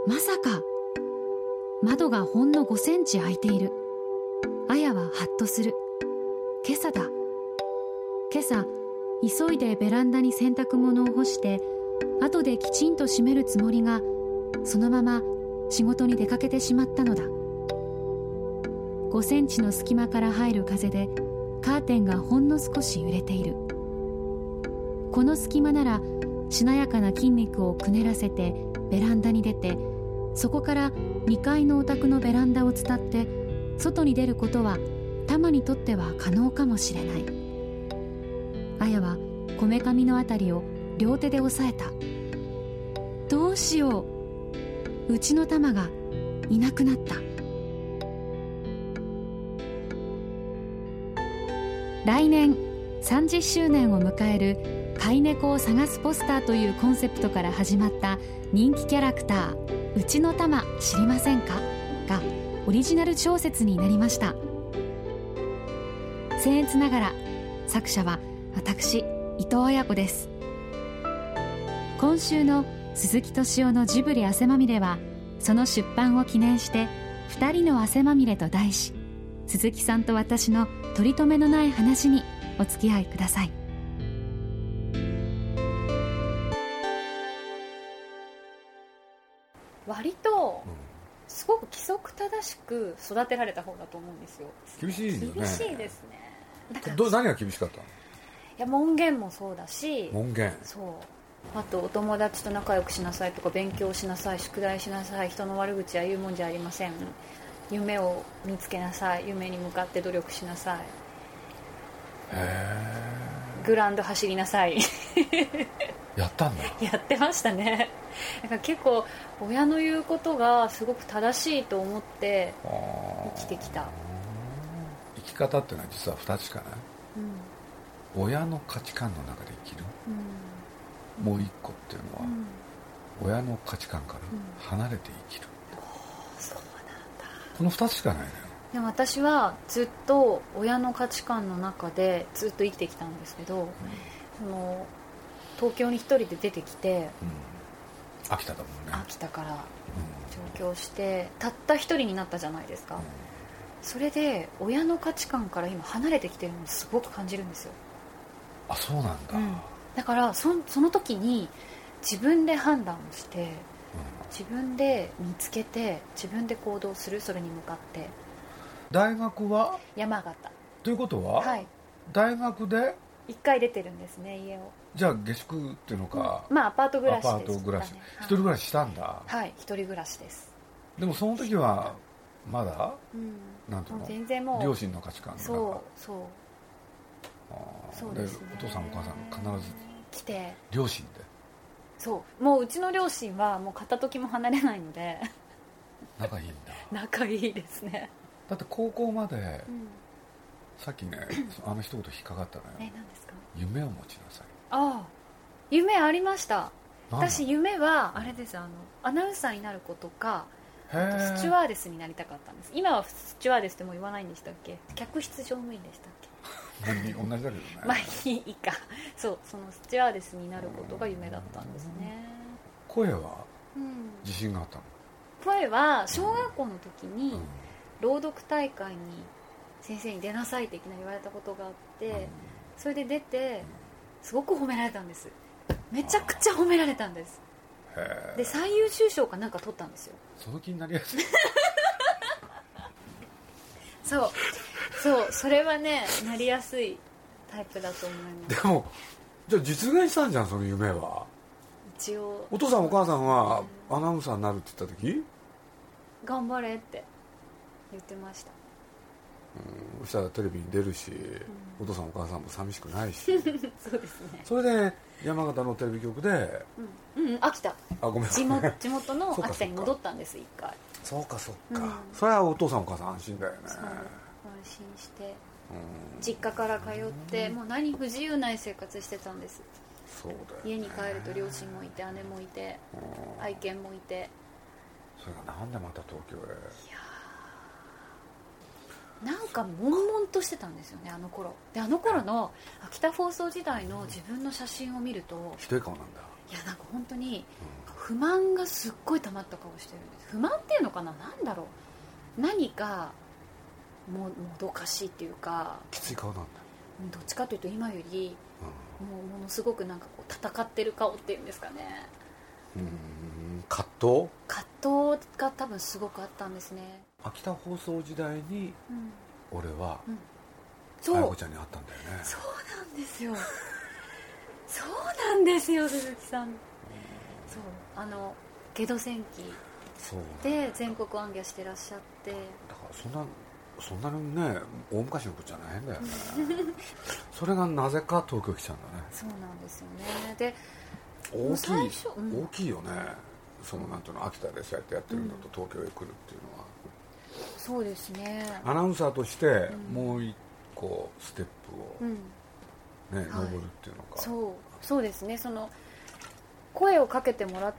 まさか窓がほんの5センチ開いている。あやはハッとする。今朝だ。今朝急いでベランダに洗濯物を干して後できちんと閉めるつもりが、そのまま仕事に出かけてしまったのだ。5センチの隙間から入る風でカーテンがほんの少し揺れている。この隙間ならしなやかな筋肉をくねらせてベランダに出て、そこから2階のお宅のベランダを伝って外に出ることはタマにとっては可能かもしれない。あやはこめかみのあたりを両手で押さえた。どうしよう、うちのタマがいなくなった。来年30周年を迎える飼い猫を探すポスターというコンセプトから始まった人気キャラクター、うちのタマ知りませんかがオリジナル小説になりました。僭越ながら作者は私、伊藤綾子です。今週の鈴木敏夫のジブリ汗まみれは、その出版を記念して2人の汗まみれと題し、鈴木さんと私の取り留めのない話にお付き合いください。割とすごく規則正しく育てられた方だと思うんですよ。 厳しいよね。 厳しいですね。 何が厳しかったの？ いや、門限もそうだし、 門限、 そう、あとお友達と仲良くしなさいとか、勉強しなさい、宿題しなさい、人の悪口は言うもんじゃありません、夢を見つけなさい、夢に向かって努力しなさい、グラウンド走りなさいやったんだ。 やってましたね。だから結構親の言うことがすごく正しいと思って生きてきた。 生き方っていうのは実は2つしかない、親の価値観の中で生きる、もう1個っていうのは、親の価値観から離れて生きる、 そうなんだ。 この2つしかないのよ。 でも私はずっと親の価値観の中でずっと生きてきたんですけど、その東京に一人で出てきて、 秋田だもんね。 秋田から上京してたった一人になったじゃないですか、それで親の価値観から今離れてきてるのをすごく感じるんですよ。 あ、そうなんだ、 だからその時に自分で判断をして、自分で見つけて自分で行動する、それに向かって。 大学は山形ということは、 はい、 大学で一回出てるんですね、家を。 じゃあ下宿っていうのか、 まあアパート暮らしです、ね、 アパート暮らし、一人暮らししたんだ。 はい、一人暮らしです。 でもその時はまだ、なんていうの、 全然もう両親の価値観の中。 そうですね。 お父さんお母さん必ず来て、 両親で。 そうもううちの両親はもう片時も離れないので仲いいんだ。 仲いいですね。 だって高校まで、さっきねあの一言引っかかったのよ。 何ですか？ 夢を持ちなさい。 ああ、夢ありました。私夢はあれです、アナウンサーになることか、あとスチュワーデスになりたかったんです。今はスチュワーデスってもう言わないんでしたっけ？客室乗務員でしたっけ？ 同じだけどね。 まあいいか。そのスチュワーデスになることが夢だったんですね。 声は自信があったの？ 声は小学校の時に朗読大会に先生に出なさいっていきなり言われたことがあって、それで出てすごく褒められたんです。めちゃくちゃ褒められたんです。で最優秀賞かなんか取ったんですよ。 その気になりやすいそうそれはね、なりやすいタイプだと思います。 でもじゃあ実現したんじゃん、その夢は。 一応お父さんお母さんはアナウンサーになるって言った時、 頑張れって言ってました。 そしたらテレビに出るし、お父さんお母さんも寂しくないしそうですね。 それで山形のテレビ局で、 秋田、 ごめん地元の秋田に戻ったんです、一回。 そうか、それはお父さんお母さん安心だよね。 そう、安心して、実家から通って、もう何不自由ない生活してたんです。 そうだよね。 家に帰ると両親もいて、姉もいて、愛犬もいて。 それがなんでまた東京へ。いやなんか悶々としてたんですよね、あの頃で。あの頃の秋田放送時代の自分の写真を見ると、 ひどい顔なんだ。 いやなんか本当に不満がすっごい溜まった顔してるんです。不満っていうのかな、なんだろう、何かもどかしいっていうか、 きつい顔なんだ。 どっちかというと今より、ものすごくなんかこう戦ってる顔っていうんですかね。 葛藤が多分すごくあったんですね。 秋田放送時代に、俺はそう、 愛子ちゃんに会ったんだよね。 そうなんですよそうなんですよ、鈴木さん。そう、ゲド戦記で全国行脚してらっしゃって、だからそんなにね大昔のことじゃないんだよねそれがなぜか東京来ちゃうんだね。 そうなんですよね。で大きいよね、そのなんていうの、秋田でそうやってやってるんだと、東京へ来るっていうのは。 そうですね。 アナウンサーとしてもう一個ステップをね、登るっていうのか。 そうですね。その声をかけてもらって、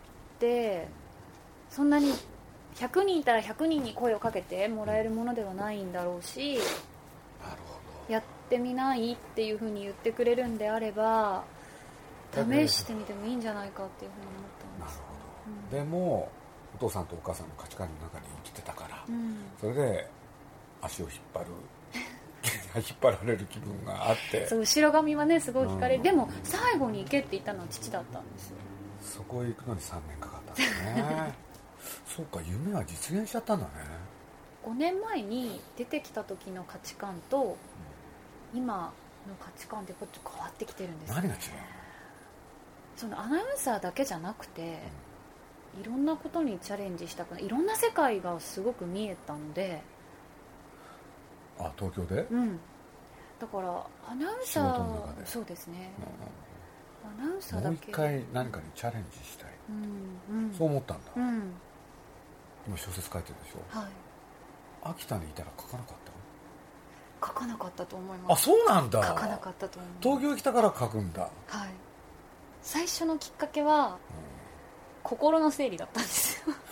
そんなに100人いたら100人に声をかけてもらえるものではないんだろうし、 なるほど、 やってみないっていうふうに言ってくれるんであれば試してみてもいいんじゃないかっていうふうに思ったんです。 なるほど、でもお父さんとお母さんの価値観の中に生きてたから、それで足を引っ張る引っ張られる気分があって、 そう、後ろ髪はねすごい惹かれる、でも最後に行けって言ったのは父だったんですよ。 そこへ行くのに3年かかったんですねそうか、夢は実現しちゃったんだね。 5年前に出てきた時の価値観と、今の価値観ってこっち変わってきてるんですね。 何が違う？ そのアナウンサーだけじゃなくて、いろんなことにチャレンジしたくない、いろんな世界がすごく見えたので。 東京で？ だからアナウンサー、仕事の中で。そうですね、アナウンサーだけもう一回何かにチャレンジしたい、そう思ったんだ。今小説書いてるでしょ。はい。秋田にいたら書かなかったの？ 書かなかったと思います。 あ、そうなんだ。 書かなかったと思います。 東京来たから書くんだ。 はい。最初のきっかけは、心の整理だったんですよ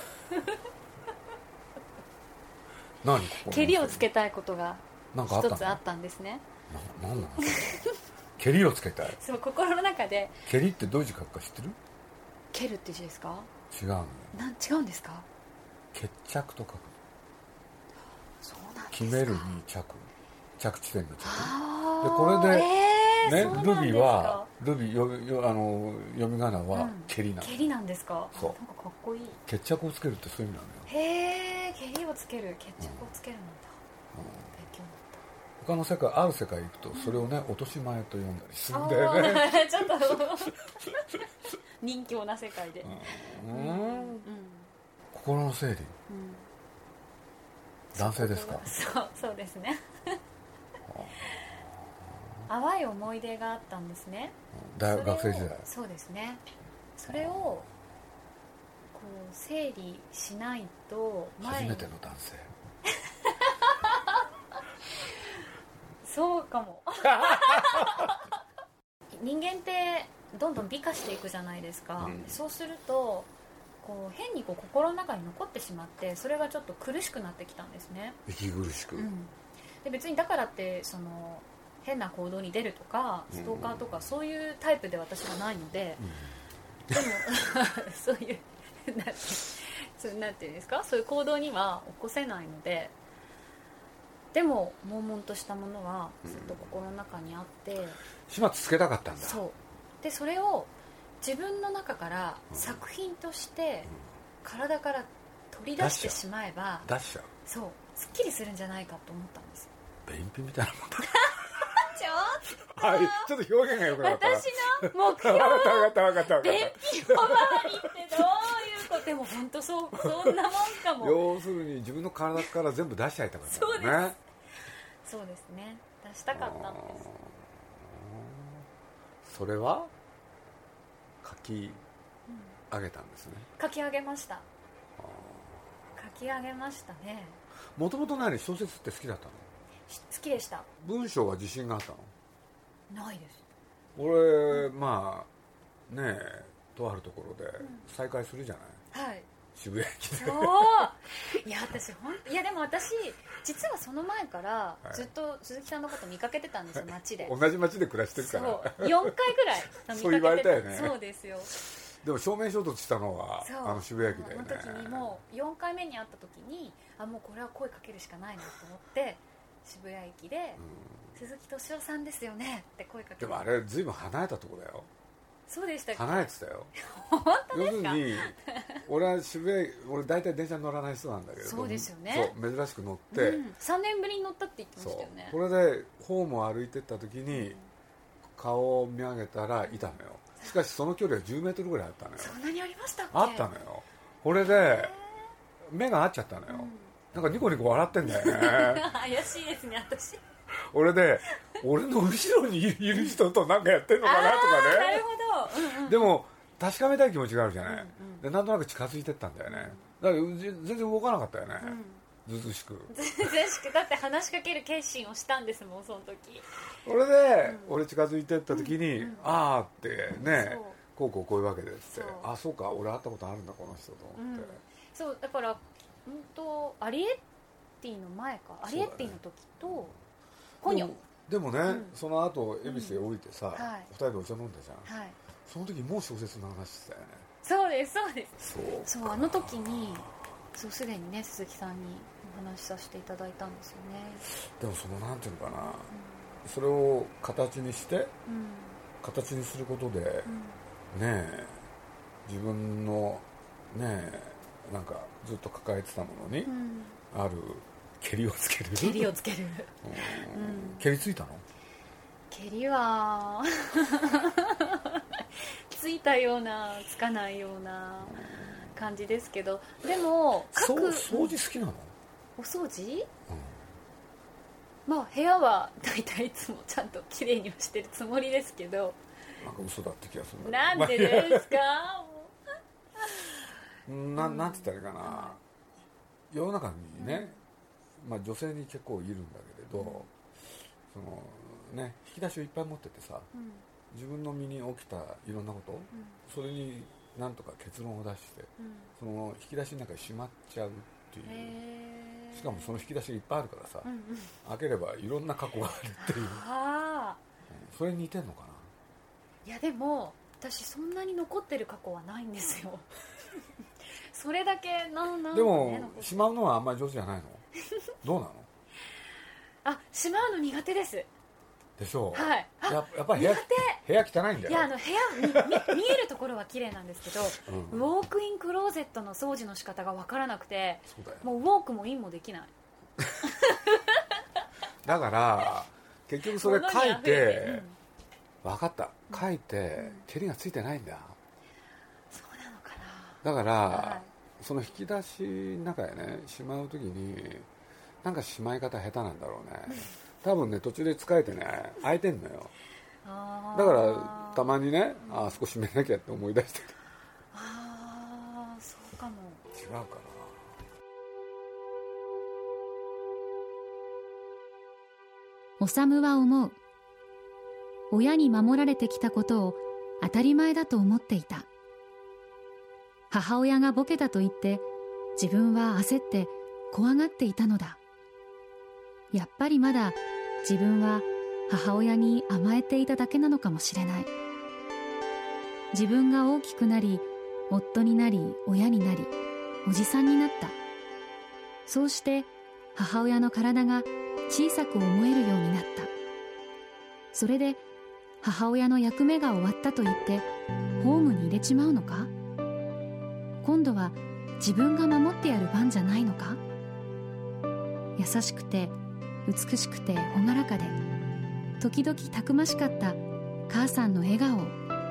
何？ けりをつけたいことが一つあったんですね。 何なのけりをつけたい。 そう、心の中で。 けりってどういう字書くか知ってる？ 蹴るって字ですか？ 違うのよ。 違うんですか？ 決着と書く。 そうなんですか。 決めるに着地点の着で、これで、ルビは読み仮名は蹴りなんです。 蹴りなんですか？ そう、 なんかかっこいい。 決着をつけるってそういう意味なのよ。 へえ、蹴りをつける、決着をつけるなんだ。勉強になった。 他の世界、ある世界行くとそれをね、落とし前と呼んだりするんだよねちょっと人気な世界で。 心の整理、男性ですか？ そうですね淡い思い出があったんですね。 学生時代。 そうですね。それをこう整理しないと。 初めての男性そうかも人間ってどんどん美化していくじゃないですか、そうするとこう変に心の中に残ってしまって、それがちょっと苦しくなってきたんですね。 息苦しく、 で別にだからってその変な行動に出るとかストーカーとかそういうタイプで私はないので、でもそういうなんていうんですか、そういう行動には起こせないので、でも悶々としたものはずっと心の中にあって、 始末つけたかったんだ。 そうで、それを自分の中から作品として体から取り出してしまえば、 出しちゃう。 そう、すっきりするんじゃないかと思ったんです。 便秘みたいなもんだはい、 ちょっと表現が良くなった。 私の目標分かった便秘おまわりってどういうこと？でも本当そんなもんかも。 要するに自分の体から全部出しちゃいたかったんだね。 そうですね、出したかったんです。 それは書き上げたんですね。 書き上げました。書き上げましたね。 もともと何、小説って好きだったの？ 好きでした。 文章は自信があったの？ ないです。 俺、まあねえ、とあるところで再会するじゃない、 はい、 渋谷駅で。 そういや私でも私実はその前からずっと鈴木さんのこと見かけてたんですよ、街で。 同じ街で暮らしてるから。 そう4回ぐらい見かけてた。 そう言われたよね。 そうですよ。 でも正面衝突したのは渋谷駅だよね。 あの時にもう4回目に会った時にもうこれは声かけるしかないなと思って渋谷駅で、鈴木敏夫さんですよねって声かけて。 でもあれずいぶん離れたとこだよ。 そうでしたっけ。 離れてたよ。 本当ですか。 要するに俺大体電車に乗らない人なんだけど、 そうですよね。 そう珍しく乗って、 3年ぶりに乗ったって言ってましたよね。 それでホームを歩いてった時に顔を見上げたらいたのよ。しかしその距離は10メートルぐらいあったのよ。 そんなにありましたっけ。 あったのよ。これで目が合っちゃったのよ、なんかニコニコ笑ってんだよね。 怪しいですね私。 俺の後ろにいる人と何かやってんのかなとかね。 なるほど、 でも確かめたい気持ちがあるじゃない、でなんとなく近づいてったんだよね。だから全然動かなかったよね、ずうずうしくだって話しかける決心をしたんですもんその時。 それで、俺近づいてった時に、あーってね、こういうわけですって、あそうか俺会ったことあるんだこの人と思って、 そうだからアリエッティの前か、アリエッティの時とポニョでもね、その後恵比寿へ降りてさ、2人でお茶飲んだじゃん、その時もう小説の話してたよね。 そうですそうあの時にすでにね鈴木さんにお話しさせていただいたんですよね。 でもそのなんていうのかな、それを形にして、形にすることで、ねえ自分のねえなんかずっと抱えてたものに、あるケリをつける。 ケリついたの？ ケリはついたようなつかないような感じですけど、でも掃除好きなの？ お掃除？まあ部屋は大体いつもちゃんときれいにはしてるつもりですけど。 なんか嘘だって気がする。 なんでですか？ なんて言ったらいいかな、世の中にね、女性に結構いるんだけれど、そのね、引き出しをいっぱい持っててさ、自分の身に起きたいろんなこと、それになんとか結論を出して、その引き出しの中にしまっちゃうっていう、しかもその引き出しがいっぱいあるからさ、開ければいろんな過去があるっていうそれに似てんのかな。 いやでも私そんなに残ってる過去はないんですよ。それだけなんでもしまうのはあんまり上手じゃないの？どうなの？ しまうの苦手ですでしょう。 はい。 やっぱり部屋汚いんだよ。 いや部屋見えるところは綺麗なんですけど、ウォークインクローゼットの掃除の仕方が分からなくて、もうウォークもインもできない。 だから結局それ書いて、分かった、書いてケリがついてないんだ。 そうなのかな。 だから、その引き出しの中へねしまう時になんかしまい方下手なんだろうね。多分ね途中で疲れてね開いてんのよ。だからたまにねあそこ閉めなきゃって思い出してる。 そうかも。 違うかな。 修は思う。親に守られてきたことを当たり前だと思っていた。母親がボケたと言って自分は焦って怖がっていたのだ。やっぱりまだ自分は母親に甘えていただけなのかもしれない。自分が大きくなり、夫になり、親になり、おじさんになった。そうして母親の体が小さく思えるようになった。それで母親の役目が終わったと言ってホームに入れちまうのか？今度は自分が守ってやる番じゃないのか？優しくて美しくて朗らかで時々たくましかった母さんの笑顔を。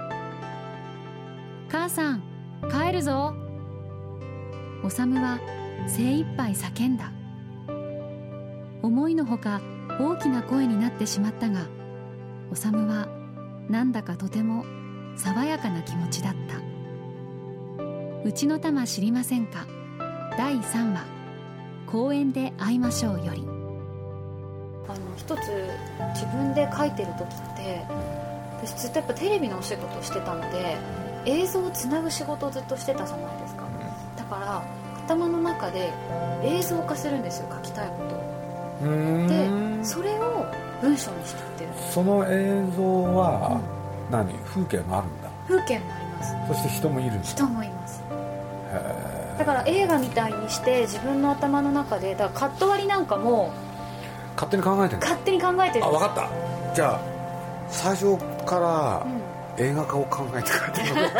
母さん帰るぞ。修は精一杯叫んだ。思いのほか大きな声になってしまったが、修はなんだかとても爽やかな気持ちだった。うちの玉知りませんか第3話公園で会いましょうより。 一つ自分で書いてる時って私ずっとやっぱテレビのお仕事をしてたので映像をつなぐ仕事をずっとしてたじゃないですか。だから頭の中で映像化するんですよ、書きたいことを。でそれを文章にしてってる。 その映像は、風景もあるんだ。 風景もありまます。 そして人もいるんです。 人もいます。だから映画みたいにして自分の頭の中で、だからカット割りなんかも勝手に考えてる。 勝手に考えてるんです。 あ、分かった。じゃあ最初から映画化を考えて書いてるの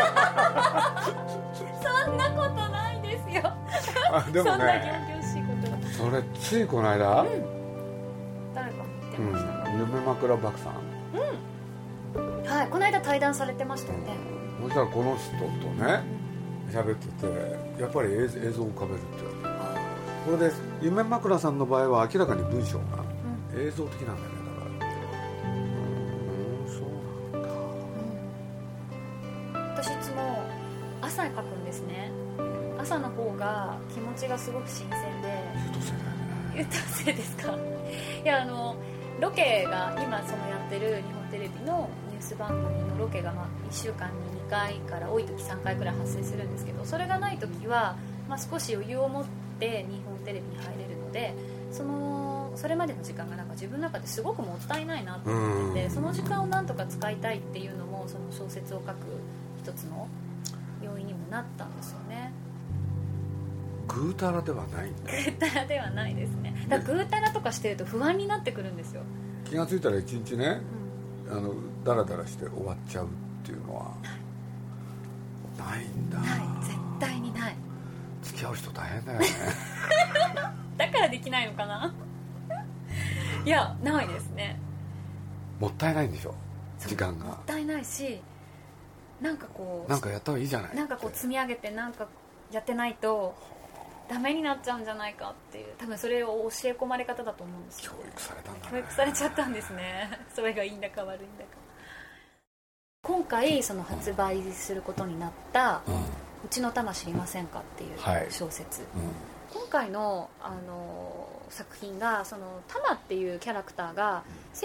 そんなことないですよ。 でもね、 そんな仰々しいことが。 それついこの間、 誰か言ってましたか、 夢枕漠さん、 はい、この間対談されてましたよね。 そしたらこの人とね喋ってて、やっぱり映像を浮かべるって言われて、これで夢枕さんの場合は明らかに文章が映像的なんだよね。だからそうなんだ。 私いつも朝書くんですね。朝の方が気持ちがすごく新鮮で。 優等生だよね。 優等生ですか。いや、ロケが今そのやってる日本テレビのニュース番組のロケが1週間に2回から多い時3回くらい発生するんですけど、それがない時は、少し余裕を持って日本テレビに入れるので、それまでの時間がなんか自分の中ですごくもったいないなと思ってて、その時間をなんとか使いたいっていうのもその小説を書く一つの要因にもなったんですよね。 ぐうたらではないんだ。 ぐうたらではないですね。だからぐうたらとかしてると不安になってくるんですよ。 気がついたら一日ね、ダラダラして終わっちゃうっていうのはないんだ。 ない、絶対にない。 付き合う人大変だよね。 だからできないのかな。いや、ないですね。 もったいないんでしょ、時間が。 もったいないし、なんかこう、 なんかやった方がいいじゃない。 なんかこう積み上げてなんかやってないとダメになっちゃうんじゃないかっていう、多分それを教え込まれ方だと思うんですよ。 教育されたんだね。 教育されちゃったんですね。それがいいんだか悪いんだか。今回その発売することになったうちの玉知りませんかっていう小説、今回の、作品がその玉っていうキャラクターが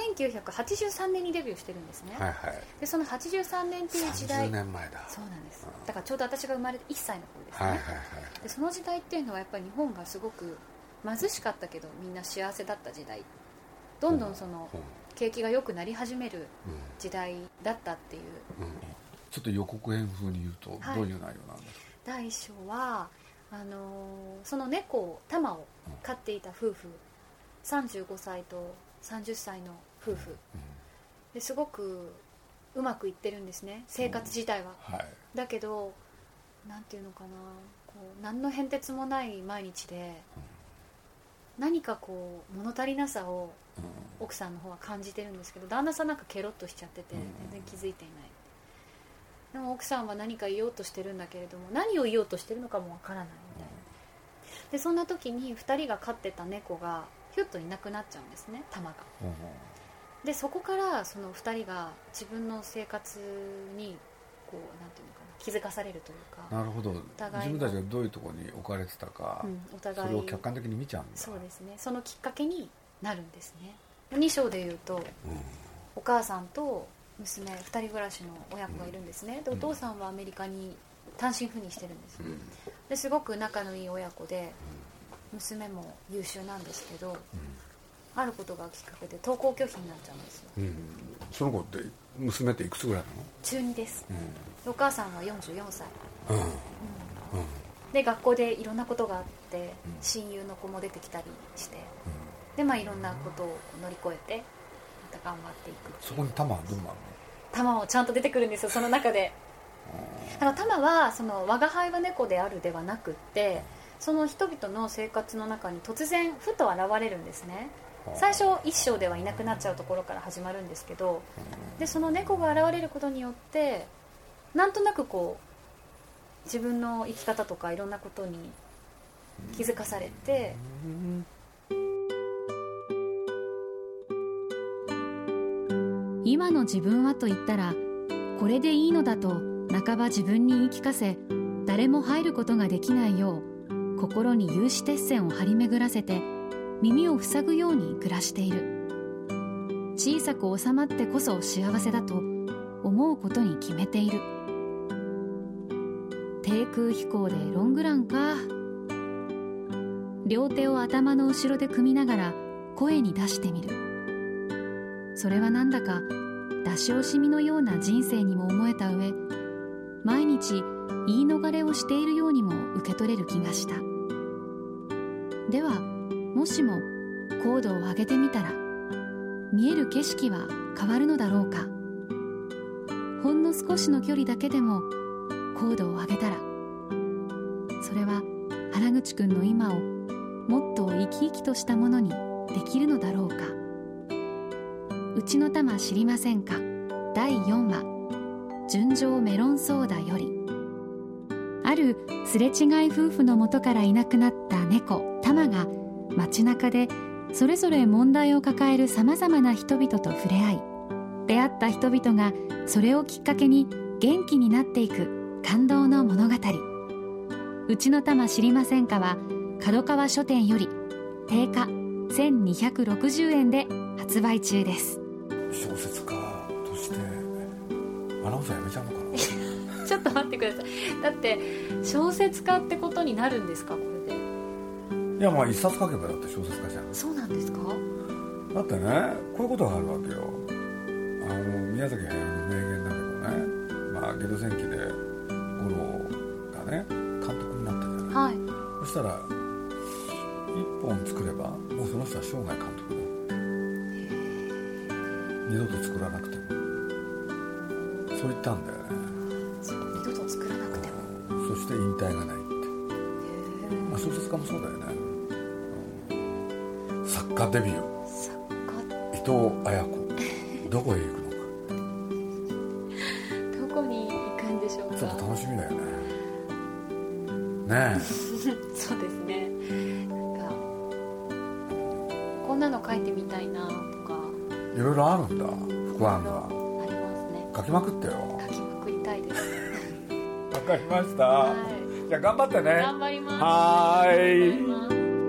1983年にデビューしてるんですね、 はいはい、 でその83年っていう時代、 30年前だ。 そうなんです、だからちょうど私が生まれて1歳の頃ですね、 はいはいはい、 でその時代っていうのはやっぱり日本がすごく貧しかったけどみんな幸せだった時代、どんどんその景気が良くなり始める時代だったっていう、 ちょっと予告編風に言うとどういう内容なんですか。 第一章はその猫タマを飼っていた夫婦、35歳と30歳の夫婦、ですごくうまくいってるんですね、生活自体は、だけどなんていうのかな、こう何の変哲もない毎日で、何かこう物足りなさを奥さんの方は感じてるんですけど、旦那さんなんかケロッとしちゃってて全然気づいていない。でも奥さんは何か言おうとしてるんだけれども、何を言おうとしてるのかもわからないみたいな。でそんな時に2人が飼ってた猫がヒュッといなくなっちゃうんですね、タマが。でそこからその2人が自分の生活にこうなんていうのかな、気づかされるというか。 なるほど、自分たちがどういうところに置かれてたか、 お互いそれを客観的に見ちゃうんだ。 そうですね、そのきっかけになるんですね。2章でいうと、お母さんと娘2人暮らしの親子がいるんですね。でお父さんはアメリカに単身赴任してるんです、ですごく仲のいい親子で、娘も優秀なんですけど、あることがきっかけで登校拒否になっちゃうんですよ、 その子って娘っていくつぐらいなの。 中2です、お母さんは44歳、で学校でいろんなことがあって、親友の子も出てきたりして、でいろんなことを乗り越えてまた頑張っていく。 そこにタマはどうなるの。 タマもちゃんと出てくるんですよ、その中で。タマはその我が輩は猫であるではなくって、その人々の生活の中に突然ふと現れるんですね。最初一章ではいなくなっちゃうところから始まるんですけど、でその猫が現れることによってなんとなくこう自分の生き方とかいろんなことに気づかされて、 今の自分はと言ったらこれでいいのだと半ば自分に言い聞かせ、誰も入ることができないよう心に有刺鉄線を張り巡らせて耳を塞ぐように暮らしている。小さく収まってこそ幸せだと思うことに決めている。低空飛行でロングランか。両手を頭の後ろで組みながら声に出してみる。それはなんだか出し惜しみのような人生にも思えた上、 毎日言い逃れをしているようにも受け取れる気がした。ではもしも高度を上げてみたら、見える景色は変わるのだろうか。ほんの少しの距離だけでも高度を上げたら、それは原口くんの今をもっと生き生きとしたものにできるのだろうか。うちの玉知りませんか第4話、純情メロンソーダより。あるすれ違い夫婦の元からいなくなった猫玉が街中でそれぞれ問題を抱えるさまざまな人々と触れ合い、出会った人々がそれをきっかけに元気になっていく感動の物語。うちの玉知りませんかは角川書店より定価1260円で発売中です。 小説家としてアナウンサー辞めちゃうのかなちょっと待ってください。だって小説家ってことになるんですか、これで。 いや、まあ一冊書けばだって小説家じゃん。 そうなんですか。 だってね、こういうことがあるわけよ。宮崎駿の名言だけどね、まあゲド戦記で五郎がね監督になったじゃない、はい、そしたら一本作ればもうその人は生涯監督だ、二度と作らなくても、そう言ったんだよね。 そう、二度と作らなくても、 そして引退がないって。まあ、小説家もそうだよね、作家デビュー、伊藤綾子どこへ行くのかどこに行くんでしょうか。 ちょっと楽しみだよね。ねえそうですね。なんかこんなの書いてみたいなとかいろいろあるんだ、副案がありますね。 書きまくってよ。 書きまくりたいですわかりました、はい、じゃあ頑張ってね。 頑張ります。 はーい。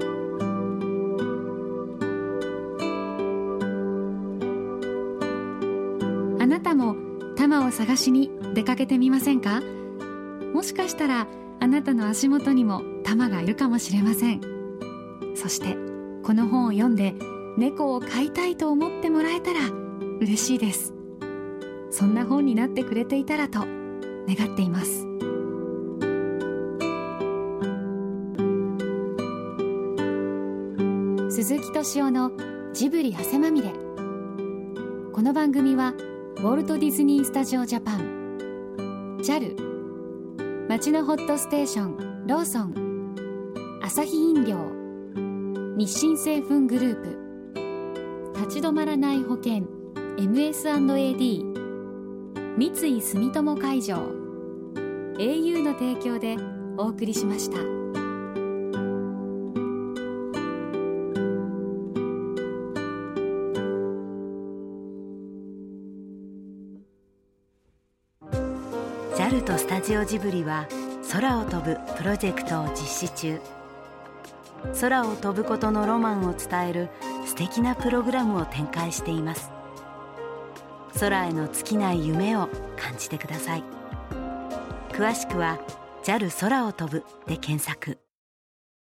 あなたも玉を探しに出かけてみませんか。もしかしたらあなたの足元にも玉がいるかもしれません。そしてこの本を読んで猫を飼いたいと思ってもらえたら嬉しいです。そんな本になってくれていたらと願っています。鈴木敏夫のジブリ汗まみれ。この番組はウォルト・ディズニー・スタジオ・ジャパン、 JAL、 町のホットステーションローソン、アサヒ飲料、日清製粉グループ、立ち止まらない保険 MS&AD、 三井住友海上、 au の提供でお送りしました。 JAL とスタジオジブリは空を飛ぶプロジェクトを実施中。空を飛ぶことのロマンを伝える素敵なプログラムを展開しています。空への尽きない夢を感じてください。詳しくは JAL 空を飛ぶで検索。